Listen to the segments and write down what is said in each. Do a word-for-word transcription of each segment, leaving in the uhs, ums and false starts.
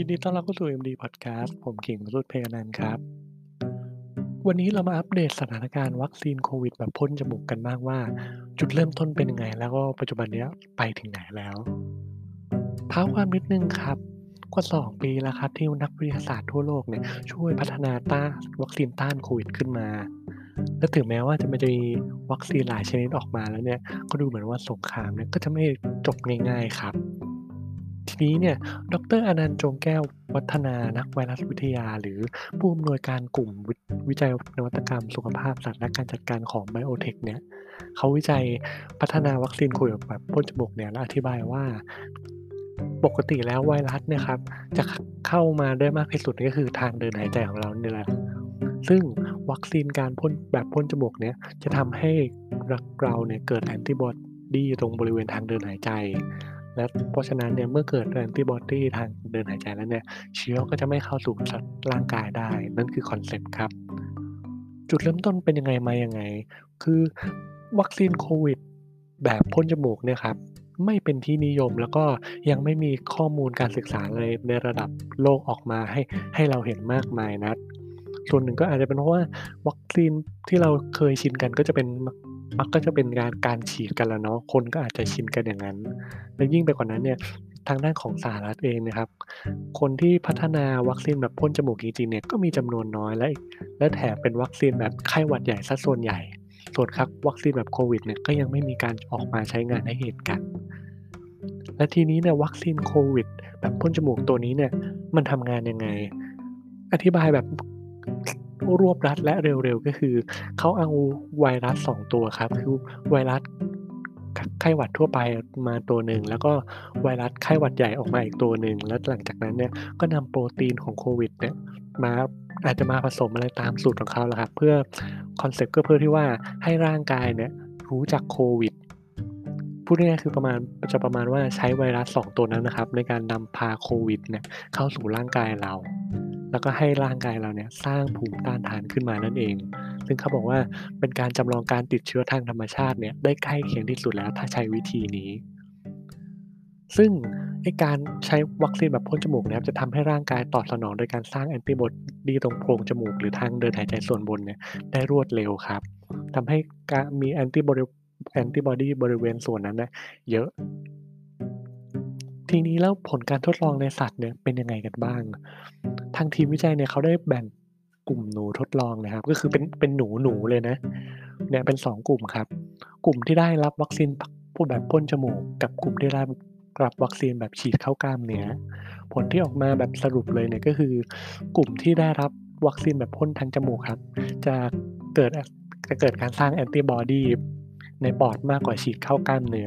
ยินดีต้อนรับเข้าสู่ เอ็ม ดี Podcast ผมขิง วรุษ เพลอนันท์ครับ วันนี้เรามาอัปเดตสถานการณ์วัคซีนโควิดแบบพ่นจมูกกันบ้างว่า จุดเริ่มต้นเป็นยังไง แล้วก็ปัจจุบันเนี้ยไปถึงไหนแล้ว เท้าความนิดหนึ่งครับ กว่า สอง ปีแล้วครับที่นักวิทยาศาสตร์ทั่วโลกเนี่ยช่วยพัฒนาต้าน วัคซีนต้านโควิดขึ้นมา และถึงแม้ว่าจะมันจะมีวัคซีนหลายชนิดออกมาแล้วเนี่ย ก็ดูเหมือนว่าสงครามเนี่ยก็จะไม่จบง่าย ๆ ครับ ทีนี้เนี่ย ดร. อนันต์ จงแก้ววัฒนา นักไวรัสวิทยา หรือผู้อำนวยการกลุ่มวิ วิจัยนวัตกรรมสุขภาพสัตว์ และการจัดการของ Biotech เนี่ย เขาวิจัยพัฒนาวัคซีนโควิดแบบพ่นจมูกเนี่ย และอธิบายว่า ปกติแล้วไวรัสเนี่ยครับ จะ ข เข้ามาได้มากที่สุดก็คือทางเดินหายใจของเรานี่แหละ ซึ่งวัคซีนการพ่น แบบพ่นจมูกเนี่ย จะทำให้ ร เราเนี่ยเกิด Antibody ตรงบริเวณทางเดินหายใจ และเพราะฉะนั้นเนี่ย เมื่อเกิด Antibody ทางเดินหายใจแล้วเนี่ย เชื้อก็จะไม่เข้าสู่สัตว์ ร่างกายได้ นั่นคือคอนเซปต์ครับ จุดเริ่มต้นเป็นยังไงมายังไง คือวัคซีนโควิดแบบพ่นจมูกเนี่ยครับ ไม่เป็นที่นิยม แล้วก็ยังไม่มีข้อมูลการศึกษาเลย ในระดับโลกออกมาให้ ให้เราเห็นมากมายนัก ส่วนหนึ่งก็อาจจะเป็นเพราะว่าวัคซีนที่เราเคยชินกันก็จะเป็น มัก มักก็จะเป็นการ การฉีดกันแหละเนาะ คนก็อาจจะชินกันอย่างงั้น และยิ่งไปกว่านั้นเนี่ย ทางด้านของสหรัฐเองเนี่ยครับ คนที่พัฒนาวัคซีนแบบพ่นจมูกจริง ๆ เนี่ยก็มีจำนวนน้อย และอีก และแถมเป็นวัคซีนแบบไข้หวัดใหญ่เสียส่วนใหญ่ ส่วนครับ วัคซีนแบบโควิดเนี่ยก็ยังไม่มีการออกมาใช้งานให้เห็นกัน และทีนี้เนี่ยวัคซีนโควิดแบบพ่นจมูกตัวนี้เนี่ย มันทำงานยังไง อธิบายแบบ รวบรัดและเร็ว ๆ ก็คือเขาเอาไวรัส สอง ตัวครับ คือไวรัส ไข ไข้หวัดทั่วไปมาตัวหนึ่ง แล้วก็ไวรัสไข้หวัดใหญ่ออกมาอีกตัวหนึ่ง แล้วหลังจากนั้นเนี่ยก็นำโปรตีนของโควิดเนี่ยมา อาจจะมาผสมอะไรตามสูตรของเขาแหละครับ เพื่อ คอนเซปต์ก็เพื่อที่ว่าให้ร่างกายเนี่ยรู้จักโควิด พูดง่าย ๆ คือประมาณ จะประมาณว่าใช้ไวรัส สอง ตัวนั้นนะครับ ในการนำพาโควิดเนี่ยเข้าสู่ร่างกายเรา แล้วก็ให้ร่างกายเราเนี่ยสร้างภูมิต้านทานขึ้นมานั่นเอง ซึ่งเขาบอกว่าเป็นการจำลองการติดเชื้อทางธรรมชาติเนี่ยได้ใกล้เคียงที่สุดแล้ว ถ้าใช้วิธีนี้ ซึ่งไอ้การใช้วัคซีนแบบพ่นจมูกเนี่ยครับ จะทำให้ร่างกายตอบสนองโดยการสร้าง Antibody ตรงโพรงจมูก หรือทางเดินหายใจส่วนบนเนี่ยได้รวดเร็วครับ ทำให้การมี Antibody Antibody บริเวณส่วนนั้นน่ะเยอะ ทีนี้แล้วผลการทดลองในสัตว์เนี่ยเป็นยังไงกันบ้าง ทางทีมวิจัยเนี่ยเขาได้แบ่งกลุ่มหนูทดลองนะครับ ก็คือเป็น เป็นหนู ๆ เลยนะ เนี่ยเป็น สอง กลุ่มครับ กลุ่มที่ได้รับวัคซีน พ พ่น แบบพ่นจมูก กับกลุ่มที่ได้ รับวัคซีนแบบฉีดเข้ากล้ามเนื้อ ผลที่ออกมาแบบสรุปเลยเนี่ยก็คือกลุ่มที่ได้รับวัคซีนแบบพ่นทางจมูกครับ จะเกิด อ จะเกิดการสร้าง Antibody ในปอดมากกว่าฉีดเข้ากล้ามเนื้อ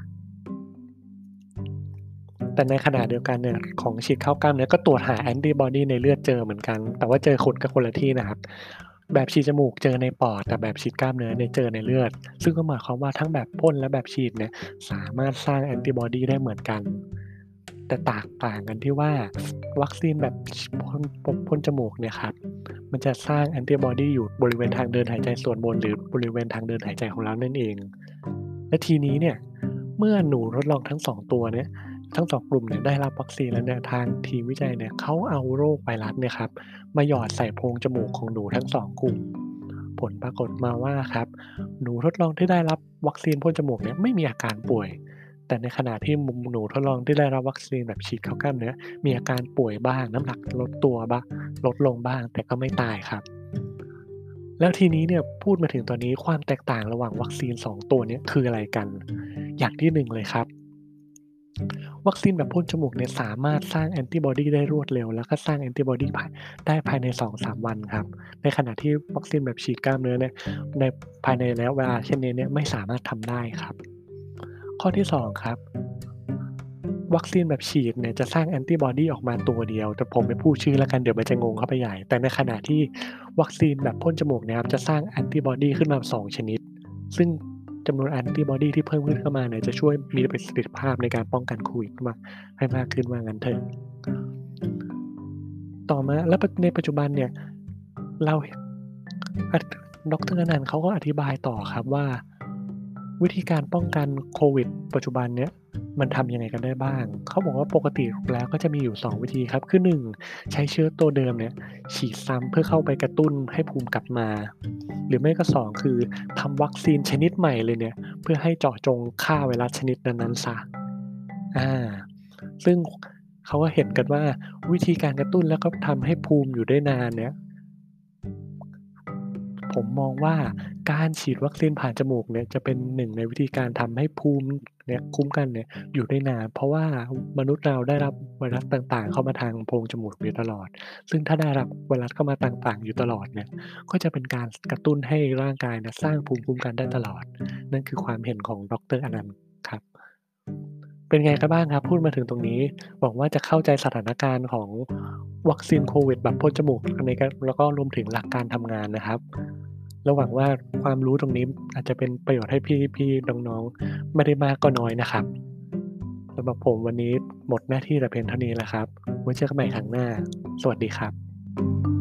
แต่ในขณะเดียวกันเนี่ย ของฉีดเข้ากล้ามเนื้อก็ตรวจหา Antibody ในเลือดเจอเหมือนกัน แต่ว่าเจอคนกับคนละที่นะครับ แบบฉีดจมูกเจอในปอด แต่แบบฉีดกล้ามเนื้อเนี่ยเจอในเลือด ซึ่งก็หมายความว่าทั้งแบบพ่นและแบบฉีดเนี่ยสามารถสร้าง Antibody ได้เหมือนกัน แต่แตกต่างกันที่ว่า วัคซีนแบบ ช พ่น ป พ่นจมูกเนี่ยครับ มันจะสร้าง Antibody อยู่บริเวณทางเดินหายใจส่วนบน หรือบริเวณทางเดินหายใจของเรานั่นเอง และทีนี้เนี่ย เมื่อหนูทดลองทั้ง สอง ตัวเนี้ย ทั้ง สอง กลุ่มเนี่ยได้รับวัคซีนแล้วเนี่ย ทางทีมวิจัยเนี่ยเขาเอาโรคไวรัสเนี่ยครับมาหยอดใส่โพรงจมูกของหนูทั้ง สอง กลุ่ม ผลปรากฏมาว่าครับ หนูทดลองที่ได้รับวัคซีนพ่นจมูกเนี่ยไม่มีอาการป่วย แต่ในขณะที่มุม หนูทดลองที่ได้รับวัคซีนแบบฉีดเข้ากล้ามเนื้อมีอาการป่วยบ้าง น้ำหนักลดตัวบ้าง ลดลงบ้าง แต่ก็ไม่ตายครับ แล้วทีนี้เนี่ยพูดมาถึงตอนนี้ความแตกต่างระหว่างวัคซีน สอง ตัวเนี้ยคืออะไรกัน อย่างที่ หนึ่ง เลยครับ วัคซีนแบบพ่นจมูกเนี่ยสามารถสร้าง Antibody ได้รวดเร็ว แล้วก็สร้าง Antibody ภาย ได้ภายใน สองสาม วันครับ ในขณะที่วัคซีนแบบฉีดกล้ามเนื้อเนี่ย ใน ภายในระยะเวลาเช่นนี้เนี่ยไม่สามารถทำได้ครับ ข้อที่ สอง ครับ วัคซีนแบบฉีดเนี่ยจะสร้าง Antibody ออกมาตัวเดียว แต่ผมไม่พูดชื่อแล้วกันเดี๋ยวมันจะงงเข้าไปใหญ่ แต่ในขณะที่วัคซีนแบบพ่นจมูกเนี่ยครับจะสร้าง Antibody ขึ้นมา สอง ชนิด ซึ่งจำนวน Antibody ที่เพิ่มขึ้นเข้ามาเนี่ยจะช่วยมีประสิทธิภาพในการป้องกันโควิดขึ้นมาให้มากขึ้นว่างั้นเถอะ ต่อมาแล้ว ป ในปัจจุบันเนี่ย เรา ห อะ ดร. อนันต์เขาก็อธิบายต่อครับว่า วิธีการป้องกันโควิดปัจจุบันเนี้ยมันทำยังไงกันได้บ้าง เขาบอกว่าปกติแล้วก็จะมีอยู่ สอง วิธีครับ คือ หนึ่ง ใช้เชื้อตัวเดิมเนี่ยฉีดซ้ำเพื่อเข้าไปกระตุ้นให้ภูมิกลับมา หรือไม่ก็ สอง คือทำวัคซีนชนิดใหม่เลยเนี่ยเพื่อให้เจาะจงฆ่าไวรัสชนิดนั้นๆเสีย อา ซึ่งเขาก็เห็นกันว่าวิธีการกระตุ้นแล้วก็ทำให้ภูมิอยู่ได้นานเนี่ย ผมมองว่าการฉีดวัคซีนผ่านจมูกเนี่ยจะเป็น หนึ่ง ในวิธีการทำให้ภูมิเนี่ยคุ้มกันเนี่ยอยู่ได้นาน เพราะว่ามนุษย์เราได้รับไวรัสต่าง ๆ เข้ามาทางโพรงจมูกอยู่ตลอด ซึ่งถ้าได้รับไวรัสเข้ามาต่าง ๆ อยู่ตลอดเนี่ย ก็จะเป็นการ ส กระตุ้นให้ร่างกายเนี่ยสร้างภูมิคุ้มกันได้ตลอด นั่นคือความเห็นของดอกเตอร์อนันต์ครับ เป็นไงกันบ้างครับ พูดมาถึงตรงนี้ หวังว่าจะเข้าใจสถานการณ์ของวัคซีนโควิดแบบพ่นจมูกในการ แล้วก็รวมถึงหลักการทำงานนะครับ แล้วหวังว่าความรู้ตรงนี้อาจจะเป็นประโยชน์ให้พี่ ๆ น้อง ๆ ไม่ได้มากก็น้อยนะครับ สำหรับผมวันนี้หมดหน้าที่แต่เพียงเท่านี้แล้วครับ ไว้เจอกันใหม่ครั้งหน้า สวัสดีครับ